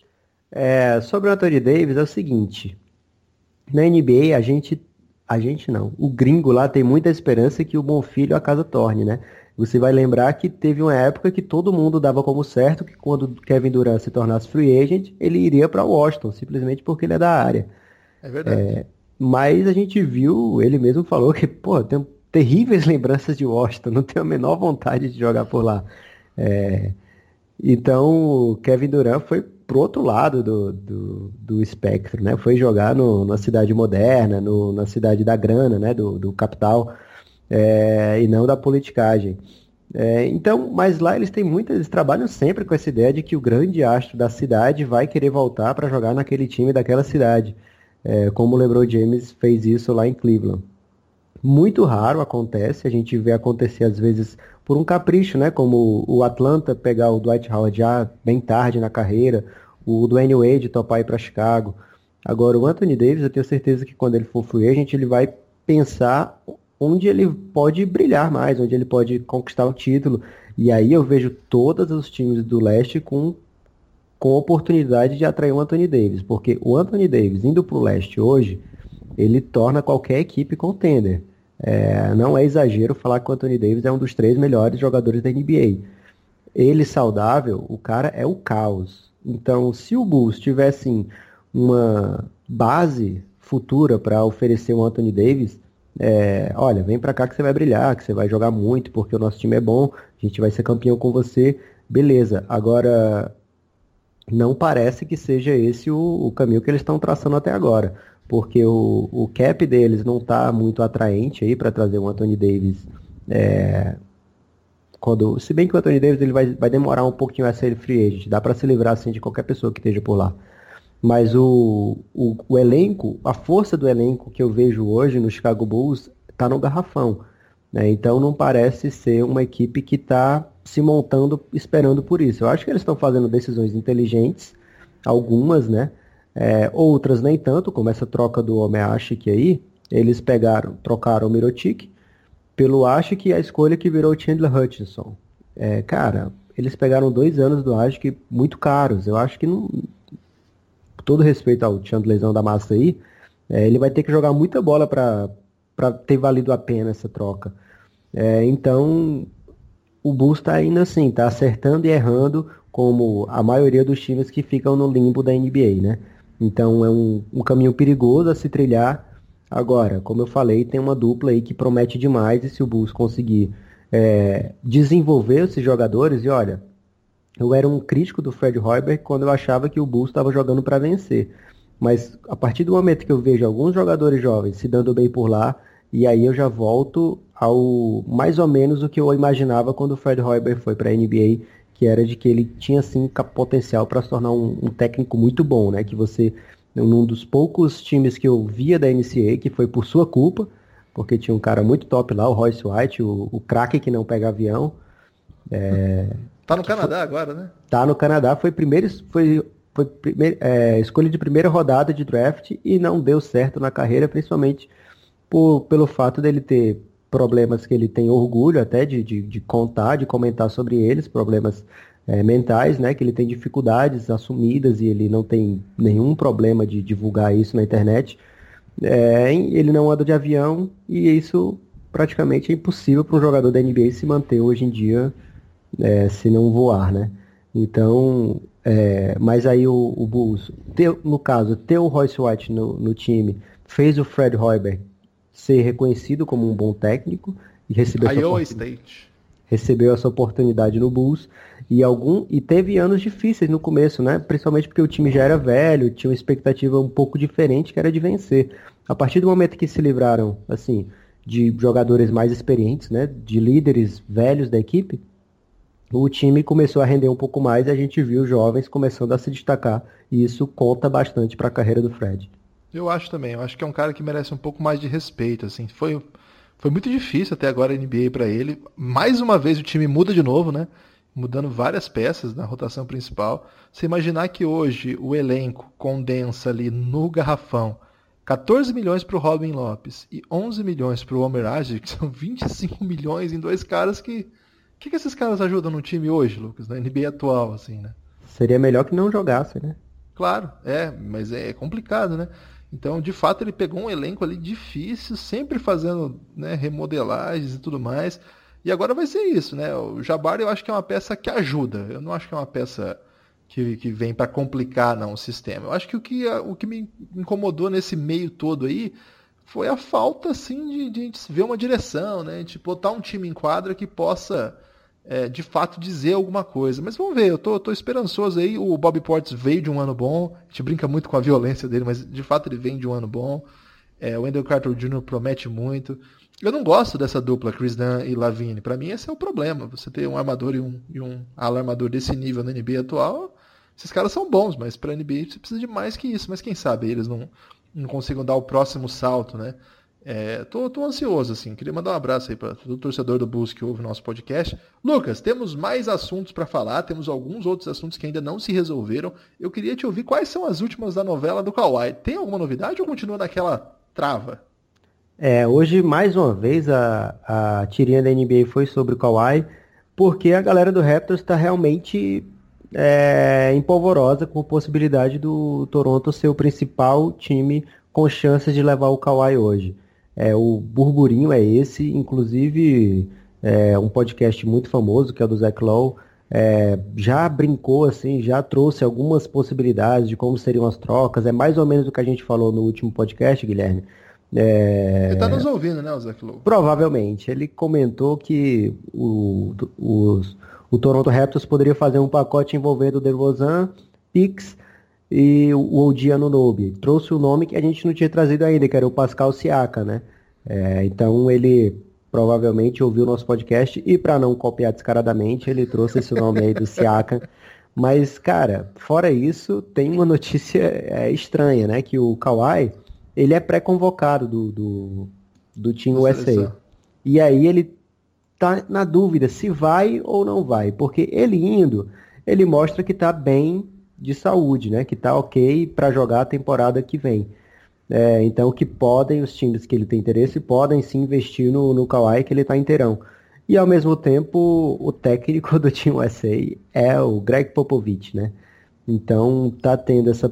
Speaker 3: É, sobre o Anthony Davis é o seguinte, na N B A a gente, a gente não, o gringo lá tem muita esperança que o bom filho a casa torne, né? Você vai lembrar que teve uma época que todo mundo dava como certo que quando Kevin Durant se tornasse free agent, ele iria para Washington, simplesmente porque ele é da área.
Speaker 2: É verdade.
Speaker 3: É, mas a gente viu, ele mesmo falou que, pô, tem terríveis lembranças de Washington, não tenho a menor vontade de jogar por lá. É, então, Kevin Durant foi pro outro lado do, do, do espectro, né? Foi jogar no, na cidade moderna, no, na cidade da grana, né? Do, do capital, é, e não da politicagem. É, então, mas lá eles têm muitas, eles trabalham sempre com essa ideia de que o grande astro da cidade vai querer voltar para jogar naquele time daquela cidade. É, como o LeBron James fez isso lá em Cleveland. Muito raro acontece, a gente vê acontecer às vezes por um capricho, né? Como o Atlanta pegar o Dwight Howard já bem tarde na carreira, o Dwayne Wade topar ir para Chicago. Agora o Anthony Davis, eu tenho certeza que quando ele for free agent, ele vai pensar onde ele pode brilhar mais, onde ele pode conquistar o título. E aí eu vejo todos os times do leste com com a oportunidade de atrair o Anthony Davis, porque o Anthony Davis indo para o leste hoje, ele torna qualquer equipe contender. É, não é exagero falar que o Anthony Davis é um dos três melhores jogadores da N B A. Ele saudável, o cara é o caos. Então, se o Bulls tivesse assim, uma base futura para oferecer o Anthony Davis, é, olha, vem para cá que você vai brilhar, que você vai jogar muito, porque o nosso time é bom, a gente vai ser campeão com você, beleza. Agora, não parece que seja esse o, o caminho que eles estão traçando até agora, porque o, o cap deles não está muito atraente aí para trazer o Anthony Davis. É, quando, se bem que o Anthony Davis ele vai, vai demorar um pouquinho a ser free agent, dá para se livrar assim de qualquer pessoa que esteja por lá. Mas o, o, o elenco, a força do elenco que eu vejo hoje no Chicago Bulls está no garrafão, né? Então não parece ser uma equipe que está se montando esperando por isso. Eu acho que eles estão fazendo decisões inteligentes, algumas, né? É, outras nem tanto, como essa troca do Omer Asik aí. Eles pegaram, trocaram o Mirotic pelo Asik e a escolha que virou o Chandler Hutchinson. É, cara, eles pegaram dois anos do Asik muito caros. Eu acho que não... todo respeito ao Chandlerzão da massa aí, é, ele vai ter que jogar muita bola para ter valido a pena essa troca. É, então, o Bulls está indo assim, está acertando e errando, como a maioria dos times que ficam no limbo da N B A, né? Então, é um, um caminho perigoso a se trilhar. Agora, como eu falei, tem uma dupla aí que promete demais, e se o Bulls conseguir é, desenvolver esses jogadores, e olha... Eu era um crítico do Fred Hoiberg quando eu achava que o Bulls estava jogando para vencer. Mas a partir do momento que eu vejo alguns jogadores jovens se dando bem por lá, e aí eu já volto ao mais ou menos o que eu imaginava quando o Fred Hoiberg foi para a N B A, que era de que ele tinha sim potencial para se tornar um, um técnico muito bom, né? Que você, num dos poucos times que eu via da N C A A, que foi por sua culpa, porque tinha um cara muito top lá, o Royce White, o, o craque que não pega avião. É,
Speaker 2: tá no Canadá foi, agora, né?
Speaker 3: Tá no Canadá, foi primeiro, foi, foi primeir, é, escolha de primeira rodada de draft e não deu certo na carreira, principalmente por, pelo fato dele ter problemas que ele tem orgulho até de, de, de contar, de comentar sobre eles, problemas é, mentais, né, que ele tem dificuldades assumidas e ele não tem nenhum problema de divulgar isso na internet. É, ele não anda de avião e isso praticamente é impossível para um jogador da N B A se manter hoje em dia é, se não voar, né? Então, é, mas aí o, o Bulls, ter, no caso, ter o Royce White no, no time fez o Fred Hoiberg ser reconhecido como um bom técnico e recebeu essa,
Speaker 2: Iowa State.
Speaker 3: recebeu essa oportunidade no Bulls e, algum, e teve anos difíceis no começo, né? Principalmente porque o time já era velho, tinha uma expectativa um pouco diferente que era de vencer. A partir do momento que se livraram assim, de jogadores mais experientes, né? De líderes velhos da equipe, o time começou a render um pouco mais e a gente viu jovens começando a se destacar e isso conta bastante para a carreira do Fred.
Speaker 2: Eu acho também, eu acho que é um cara que merece um pouco mais de respeito, assim, foi, foi muito difícil até agora a N B A para ele, mais uma vez o time muda de novo, né, mudando várias peças na rotação principal, você imaginar que hoje o elenco condensa ali no garrafão quatorze milhões para o Robin Lopes e onze milhões para o Omer Agee, que são vinte e cinco milhões em dois caras que, o que, que esses caras ajudam no time hoje, Lucas, na N B A atual, assim, né?
Speaker 3: Seria melhor que não jogasse, né?
Speaker 2: Claro, é, mas é complicado, né? Então, de fato, ele pegou um elenco ali difícil, sempre fazendo, né, remodelagens e tudo mais. E agora vai ser isso, né? O Jabari eu acho que é uma peça que ajuda. Eu não acho que é uma peça que, que vem para complicar, não, o sistema. Eu acho que o que, o que me incomodou nesse meio todo aí foi a falta, assim, de, de a gente ver uma direção, né? De botar um time em quadra que possa, é, de fato, dizer alguma coisa. Mas vamos ver, eu tô, tô esperançoso aí. O Bobby Portis veio de um ano bom. A gente brinca muito com a violência dele, mas de fato ele vem de um ano bom. É, o Wendell Carter Júnior promete muito. Eu não gosto dessa dupla, Chris Dunn e Lavine. Para mim esse é o problema. Você ter um armador e um, e um ala armador desse nível na N B A atual, esses caras são bons, mas para a N B A você precisa de mais que isso. Mas quem sabe eles não, não consigam dar o próximo salto, né? É, tô, tô ansioso, assim. Queria mandar um abraço aí para todo torcedor do Bulls que ouve o nosso podcast. Lucas, temos mais assuntos para falar, temos alguns outros assuntos que ainda não se resolveram. Eu queria te ouvir quais são as últimas da novela do Kawhi. Tem alguma novidade ou continua naquela trava?
Speaker 3: É, hoje, mais uma vez, a, a tirinha da N B A foi sobre o Kawhi, porque a galera do Raptors está realmente é, empolvorosa com a possibilidade do Toronto ser o principal time com chances de levar o Kawhi hoje. É, o burburinho é esse, inclusive é, um podcast muito famoso, que é o do Zach Lowe, é, já brincou, assim, já trouxe algumas possibilidades de como seriam as trocas, é mais ou menos o que a gente falou no último podcast, Guilherme. É...
Speaker 2: Ele tá nos ouvindo, né, o Zach Lowe?
Speaker 3: Provavelmente. Ele comentou que o, o, o Toronto Raptors poderia fazer um pacote envolvendo o DeRozan, Pix e o O G Anunoby. Trouxe o nome que a gente não tinha trazido ainda, que era o Pascal Siaka, né? É, então ele provavelmente ouviu o nosso podcast e, para não copiar descaradamente, ele trouxe esse nome aí do Siaka. Mas, cara, fora isso, tem uma notícia é, estranha, né? Que o Kawhi, ele é pré-convocado do, do, do Team U S A. E aí ele tá na dúvida se vai ou não vai. Porque ele indo, ele mostra que tá bem de saúde, né? Que tá ok para jogar a temporada que vem. É, então que podem, os times que ele tem interesse, podem sim investir no, no Kawhi, que ele tá inteirão. E ao mesmo tempo, o técnico do Team U S A é o Greg Popovich, né? Então tá tendo esse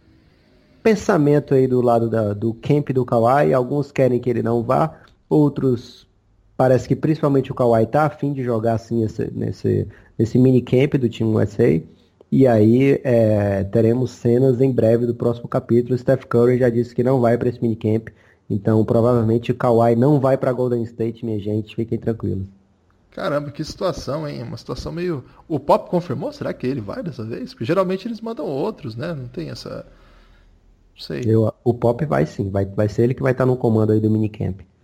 Speaker 3: pensamento aí do lado da, do camp do Kawhi. Alguns querem que ele não vá, outros parece que principalmente o Kawhi tá a fim de jogar assim esse, nesse, nesse mini camp do Team U S A. E aí é, teremos cenas em breve do próximo capítulo. Steph Curry já disse que não vai para esse minicamp. Então provavelmente o Kawhi não vai para Golden State, minha gente. Fiquem tranquilos.
Speaker 2: Caramba, que situação, hein? Uma situação meio... O Pop confirmou? Será que ele vai dessa vez? Porque geralmente eles mandam outros, né? Não tem essa... Não sei.
Speaker 3: Eu, o Pop vai sim. Vai, vai ser ele que vai estar no comando aí do minicamp.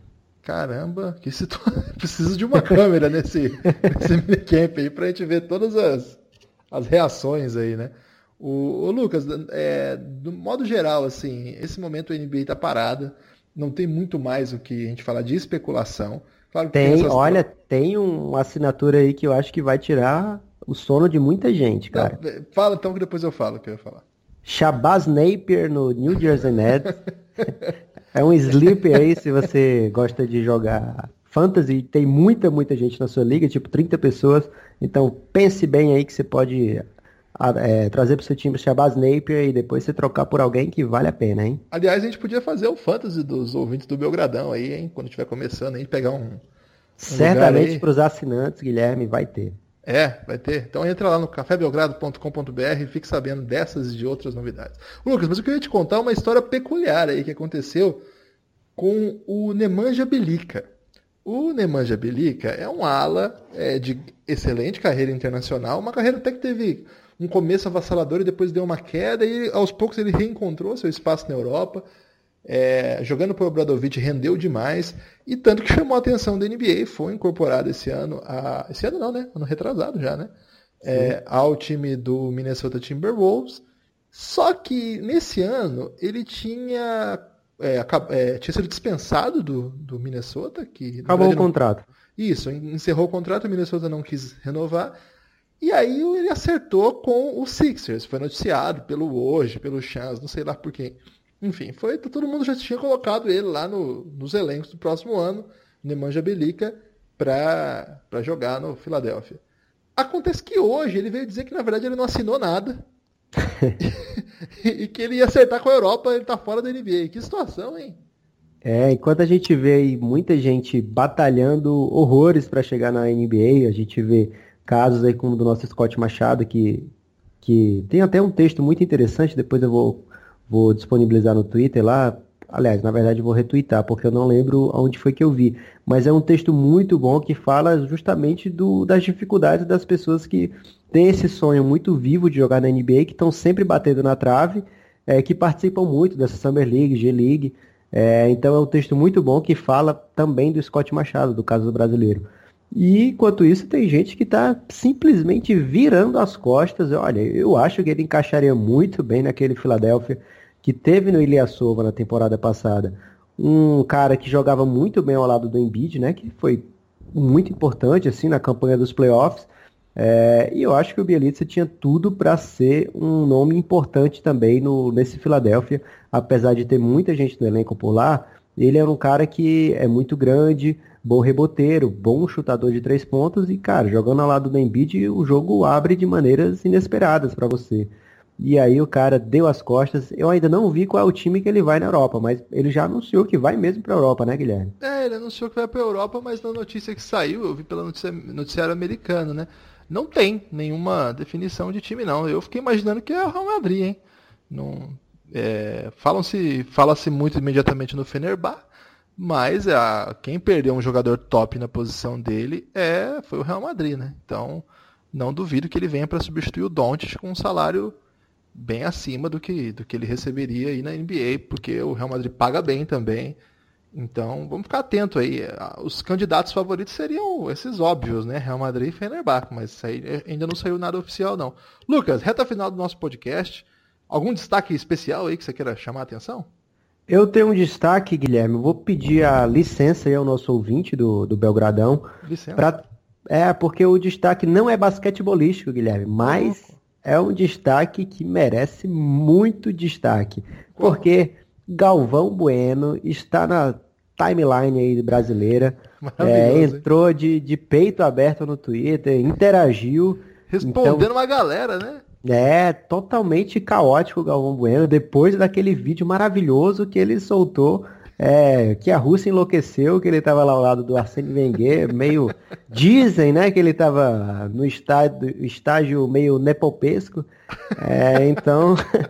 Speaker 2: Caramba, que situação. Preciso de uma câmera nesse, nesse minicamp aí pra gente ver todas as, as reações aí, né? O, o Lucas, é, do modo geral, assim, esse momento a N B A tá parada, não tem muito mais o que a gente falar de especulação. Claro que
Speaker 3: tem,
Speaker 2: tem essas...
Speaker 3: olha, tem uma assinatura aí que eu acho que vai tirar o sono de muita gente, cara.
Speaker 2: Não, fala então que depois eu falo o que eu ia falar.
Speaker 3: Shabazz Napier no New Jersey Nets. É um sleeper aí, se você gosta de jogar fantasy. Tem muita, muita gente na sua liga, tipo trinta pessoas. Então pense bem aí que você pode é, trazer pro seu time o Shabazz Napier e depois você trocar por alguém que vale a pena, hein?
Speaker 2: Aliás, a gente podia fazer o fantasy dos ouvintes do Belgradão aí, hein? Quando estiver começando aí, pegar um... um
Speaker 3: Certamente para os assinantes, Guilherme, vai ter.
Speaker 2: É, vai ter. Então entra lá no café belgrado ponto com ponto b r e fique sabendo dessas e de outras novidades. Lucas, mas eu queria te contar uma história peculiar aí que aconteceu com o Nemanja Bjelica. O Nemanja Bjelica é um ala é, de excelente carreira internacional, uma carreira até que teve um começo avassalador e depois deu uma queda e aos poucos ele reencontrou seu espaço na Europa. É, jogando para o Obradovic rendeu demais e tanto que chamou a atenção da N B A, foi incorporado esse ano, a, esse ano não, né? Ano retrasado já, né? É, ao time do Minnesota Timberwolves. Só que nesse ano ele tinha, é, é, tinha sido dispensado do, do Minnesota. Que,
Speaker 3: Acabou
Speaker 2: verdade,
Speaker 3: o contrato.
Speaker 2: Não, isso, encerrou o contrato, o Minnesota não quis renovar. E aí ele acertou com o Sixers, foi noticiado pelo Woj, pelo Chance, não sei lá por quem. Enfim, foi, todo mundo já tinha colocado ele lá no, nos elencos do próximo ano, Nemanja Bjelica, para jogar no Philadelphia. Acontece que hoje ele veio dizer que na verdade ele não assinou nada e, e que ele ia acertar com a Europa, ele tá fora da N B A. Que situação, hein?
Speaker 3: É, enquanto a gente vê aí muita gente batalhando horrores para chegar na N B A, a gente vê casos aí como o do nosso Scott Machado, que, que tem até um texto muito interessante, depois eu vou Vou disponibilizar no Twitter lá. Aliás, na verdade vou retweetar, porque eu não lembro onde foi que eu vi. Mas é um texto muito bom que fala justamente do, das dificuldades das pessoas que têm esse sonho muito vivo de jogar na N B A, que estão sempre batendo na trave, é, que participam muito dessa Summer League, G-League. É, então é um texto muito bom que fala também do Scott Machado, do caso do brasileiro. E, enquanto isso, tem gente que está simplesmente virando as costas. Olha, eu acho que ele encaixaria muito bem naquele Philadelphia que teve no Ilyasova na temporada passada. Um cara que jogava muito bem ao lado do Embiid, né? Que foi muito importante assim na campanha dos playoffs. É, e eu acho que o Bjelica tinha tudo para ser um nome importante também no, nesse Philadelphia. Apesar de ter muita gente no elenco por lá, ele era um cara que é muito grande, bom reboteiro, bom chutador de três pontos e, cara, jogando ao lado do Embiid, o jogo abre de maneiras inesperadas para você. E aí o cara deu as costas. Eu ainda não vi qual é o time que ele vai na Europa, mas ele já anunciou que vai mesmo para a Europa, né, Guilherme?
Speaker 2: É, ele anunciou que vai para a Europa, mas na notícia que saiu, eu vi pela notícia, noticiário americano, né? Não tem nenhuma definição de time, não. Eu fiquei imaginando que é o Real Madrid, hein? Não, é, falam-se, fala-se muito imediatamente no Fenerbahçe, mas a, quem perdeu um jogador top na posição dele é, foi o Real Madrid, né? Então, não duvido que ele venha para substituir o Doncic com um salário bem acima do que, do que ele receberia aí na N B A, porque o Real Madrid paga bem também. Então, vamos ficar atento aí. Os candidatos favoritos seriam esses óbvios, né? Real Madrid e Fenerbahçe, mas isso aí ainda não saiu nada oficial, não. Lucas, reta final do nosso podcast. Algum destaque especial aí que você queira chamar a atenção?
Speaker 3: Eu tenho um destaque, Guilherme. Eu vou pedir a licença aí ao nosso ouvinte do, do Belgradão.
Speaker 2: Licença.
Speaker 3: Pra... É, porque o destaque não é basquetebolístico, Guilherme, mas oh. é um destaque que merece muito destaque. Qual? Porque Galvão Bueno está na timeline aí brasileira. É, entrou de, de peito aberto no Twitter, interagiu.
Speaker 2: Respondendo
Speaker 3: então...
Speaker 2: uma galera, né?
Speaker 3: É, totalmente caótico o Galvão Bueno, depois daquele vídeo maravilhoso que ele soltou, é, que a Rússia enlouqueceu, que ele estava lá ao lado do Arsène Wenger, meio, dizem, né, que ele estava no estágio, estágio meio nepopesco, é, então,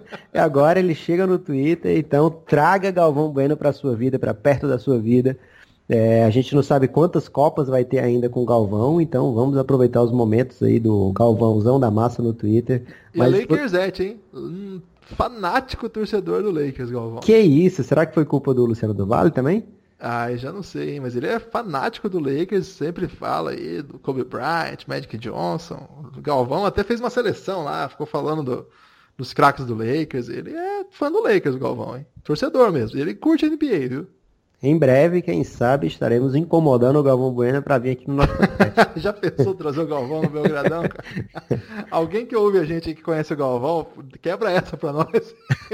Speaker 3: agora ele chega no Twitter, então traga Galvão Bueno para sua vida, para perto da sua vida. É, a gente não sabe quantas Copas vai ter ainda com o Galvão, então vamos aproveitar os momentos aí do Galvãozão da massa no Twitter.
Speaker 2: E Mas, Lakersette, hein? Um fanático torcedor do Lakers, Galvão.
Speaker 3: Que isso? Será que foi culpa do Luciano do Vale também?
Speaker 2: Ah, eu já não sei, hein, mas ele é fanático do Lakers, sempre fala aí do Kobe Bryant, Magic Johnson. O Galvão até fez uma seleção lá, ficou falando do, dos craques do Lakers. Ele é fã do Lakers, o Galvão, hein? Torcedor mesmo. Ele curte N B A, viu?
Speaker 3: Em breve, quem sabe, estaremos incomodando o Galvão Bueno para vir aqui no nosso podcast.
Speaker 2: Já pensou trazer o Galvão no Belgradão, cara? Alguém que ouve a gente aí que conhece o Galvão, quebra essa pra nós.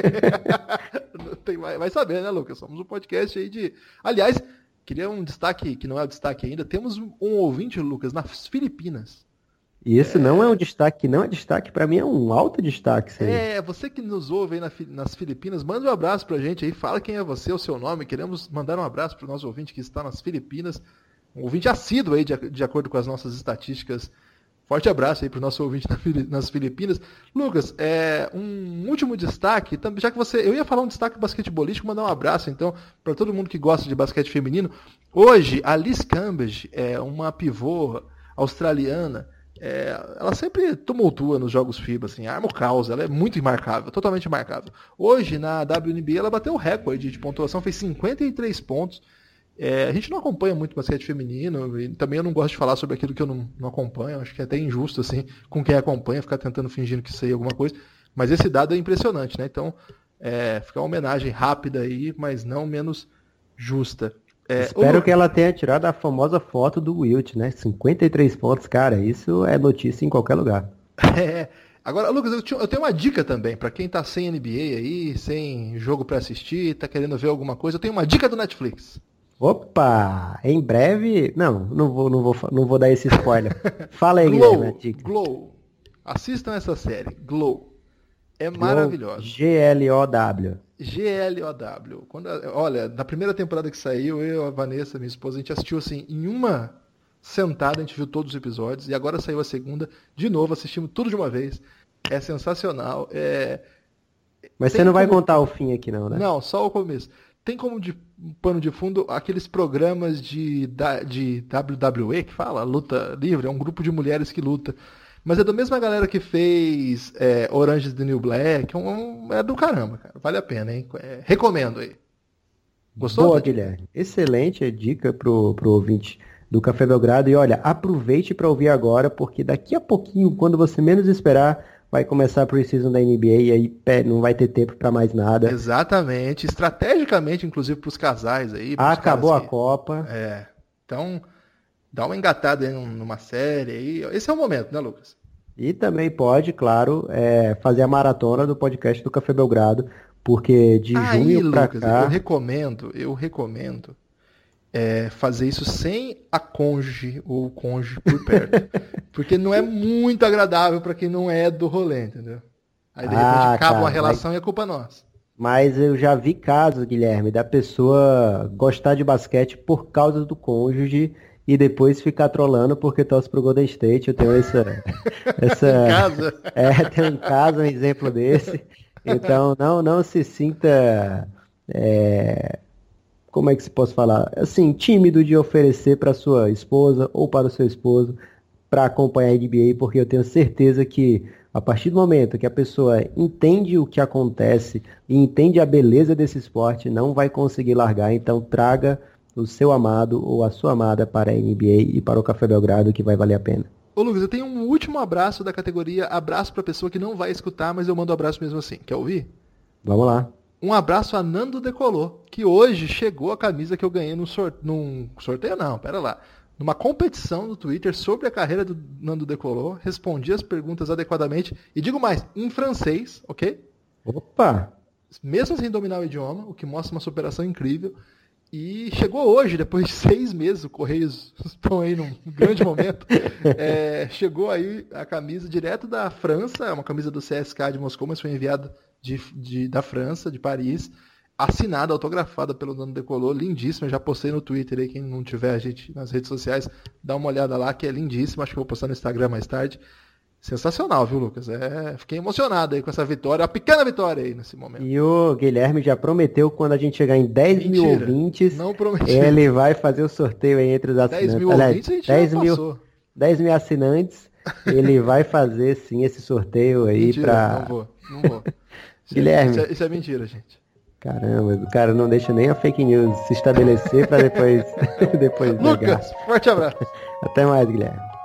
Speaker 2: Tem, vai, vai saber, né, Lucas? Somos um podcast aí de... Aliás, queria um destaque, que não é o destaque ainda, temos um ouvinte, Lucas, nas Filipinas.
Speaker 3: Isso é... não é um destaque, não é destaque, pra mim é um alto destaque. Isso aí.
Speaker 2: É, você que nos ouve aí na, nas Filipinas, manda um abraço pra gente aí, fala quem é você, o seu nome, queremos mandar um abraço pro nosso ouvinte que está nas Filipinas, um ouvinte assíduo aí, de, de acordo com as nossas estatísticas. Forte abraço aí pro nosso ouvinte nas Filipinas. Lucas, é, um último destaque, já que você, eu ia falar um destaque basquetebolístico, mandar um abraço então para todo mundo que gosta de basquete feminino. Hoje, a Liz Cambage, é uma pivô australiana. É, ela sempre tumultua nos jogos FIBA, assim, arma o caos, ela é muito imarcável, totalmente imarcável. Hoje, na W N B A, ela bateu o recorde de pontuação, fez cinquenta e três pontos. É, a gente não acompanha muito basquete feminino, e também eu não gosto de falar sobre aquilo que eu não, não acompanho, acho que é até injusto, assim, com quem acompanha, ficar tentando fingindo que sei alguma coisa, mas esse dado é impressionante, né? Então, é, fica uma homenagem rápida aí, mas não menos justa. É,
Speaker 3: Espero
Speaker 2: o...
Speaker 3: que ela tenha tirado a famosa foto do Wilt, né? cinquenta e três pontos, cara, isso é notícia em qualquer lugar.
Speaker 2: É. Agora, Lucas, eu, eu tenho uma dica também, pra quem tá sem N B A aí, sem jogo pra assistir, tá querendo ver alguma coisa, eu tenho uma dica do Netflix.
Speaker 3: Opa! Em breve... Não, não vou, não vou, não vou dar esse spoiler. Fala aí,
Speaker 2: Glow,
Speaker 3: Guilherme, a dica.
Speaker 2: Glow. Assistam essa série, Glow. É maravilhosa.
Speaker 3: G L O W.
Speaker 2: G L O W. Quando, olha, na primeira temporada que saiu, eu, a Vanessa, minha esposa, a gente assistiu assim, em uma sentada, a gente viu todos os episódios, e agora saiu a segunda, de novo, assistimos tudo de uma vez. É sensacional. É...
Speaker 3: Mas
Speaker 2: Tem
Speaker 3: você não vai
Speaker 2: como...
Speaker 3: contar o fim aqui não, né?
Speaker 2: Não, só o começo. Tem como de pano de fundo aqueles programas de, de W W E, que fala, luta livre, é um grupo de mulheres que luta. Mas é da mesma galera que fez é, Orange is the New Black. É, um, é do caramba, cara. Vale a pena, hein? É, recomendo aí. Gostou?
Speaker 3: Boa, Guilherme. Excelente dica pro, pro ouvinte do Café Belgrado. E olha, aproveite para ouvir agora, porque daqui a pouquinho, quando você menos esperar, vai começar a pre-season da N B A e aí não vai ter tempo para mais nada.
Speaker 2: Exatamente. Estrategicamente, inclusive, para os casais aí.
Speaker 3: Acabou a
Speaker 2: que...
Speaker 3: Copa.
Speaker 2: É. Então... Dá uma engatada aí numa série aí. Esse é o momento, né, Lucas?
Speaker 3: E também pode, claro, é, fazer a maratona do podcast do Café Belgrado, porque de
Speaker 2: aí,
Speaker 3: junho pra
Speaker 2: Lucas,
Speaker 3: cá...
Speaker 2: eu recomendo, eu recomendo é, fazer isso sem a cônjuge ou o cônjuge por perto. Porque não é muito agradável para quem não é do rolê, entendeu? Aí de repente
Speaker 3: ah,
Speaker 2: acaba
Speaker 3: cara,
Speaker 2: uma relação
Speaker 3: mas...
Speaker 2: e é culpa nossa.
Speaker 3: Mas eu já vi casos, Guilherme, da pessoa gostar de basquete por causa do cônjuge e depois ficar trolando porque torce pro Golden State. Eu tenho essa... essa
Speaker 2: em casa?
Speaker 3: É, tem em casa um exemplo desse. Então, não, não se sinta... É, como é que se posso falar? Assim, tímido de oferecer para sua esposa ou para o seu esposo para acompanhar a N B A, porque eu tenho certeza que a partir do momento que a pessoa entende o que acontece e entende a beleza desse esporte, não vai conseguir largar. Então, traga o seu amado ou a sua amada para a N B A e para o Café Belgrado, que vai valer a pena.
Speaker 2: Ô Lucas, eu tenho um último abraço da categoria abraço para pessoa que não vai escutar, mas eu mando um abraço mesmo assim. Quer ouvir?
Speaker 3: Vamos lá.
Speaker 2: Um abraço a Nando Decolou, que hoje chegou a camisa que eu ganhei num, sort... num sorteio, não, pera lá. Numa competição no Twitter sobre a carreira do Nando Decolou. Respondi as perguntas adequadamente. E digo mais, em francês, ok?
Speaker 3: Opa!
Speaker 2: Mesmo sem dominar o idioma, o que mostra uma superação incrível. E chegou hoje, depois de seis meses, o Correios estão aí num grande momento. É, chegou aí a camisa direto da França, é uma camisa do C S K de Moscou, mas foi enviada de, de, da França, de Paris, assinada, autografada pelo Nando Decolou, lindíssima. Já postei no Twitter aí, quem não tiver a gente nas redes sociais, dá uma olhada lá, que é lindíssima. Acho que vou postar no Instagram mais tarde. Sensacional, viu, Lucas? É, fiquei emocionado aí com essa vitória, uma pequena vitória aí nesse momento.
Speaker 3: E o Guilherme já prometeu que quando a gente chegar em dez mil ouvintes,
Speaker 2: não prometi.
Speaker 3: Ele vai fazer o sorteio aí entre os assinantes.
Speaker 2: dez mil ouvintes a gente
Speaker 3: dez
Speaker 2: já
Speaker 3: mil,
Speaker 2: passou.
Speaker 3: dez mil assinantes, ele vai fazer sim esse sorteio aí
Speaker 2: mentira,
Speaker 3: pra...
Speaker 2: Não vou, não vou.
Speaker 3: Guilherme.
Speaker 2: Isso é, isso é mentira, gente.
Speaker 3: Caramba, o cara não deixa nem a fake news se estabelecer pra depois, depois negar.
Speaker 2: Lucas, forte abraço.
Speaker 3: Até mais, Guilherme.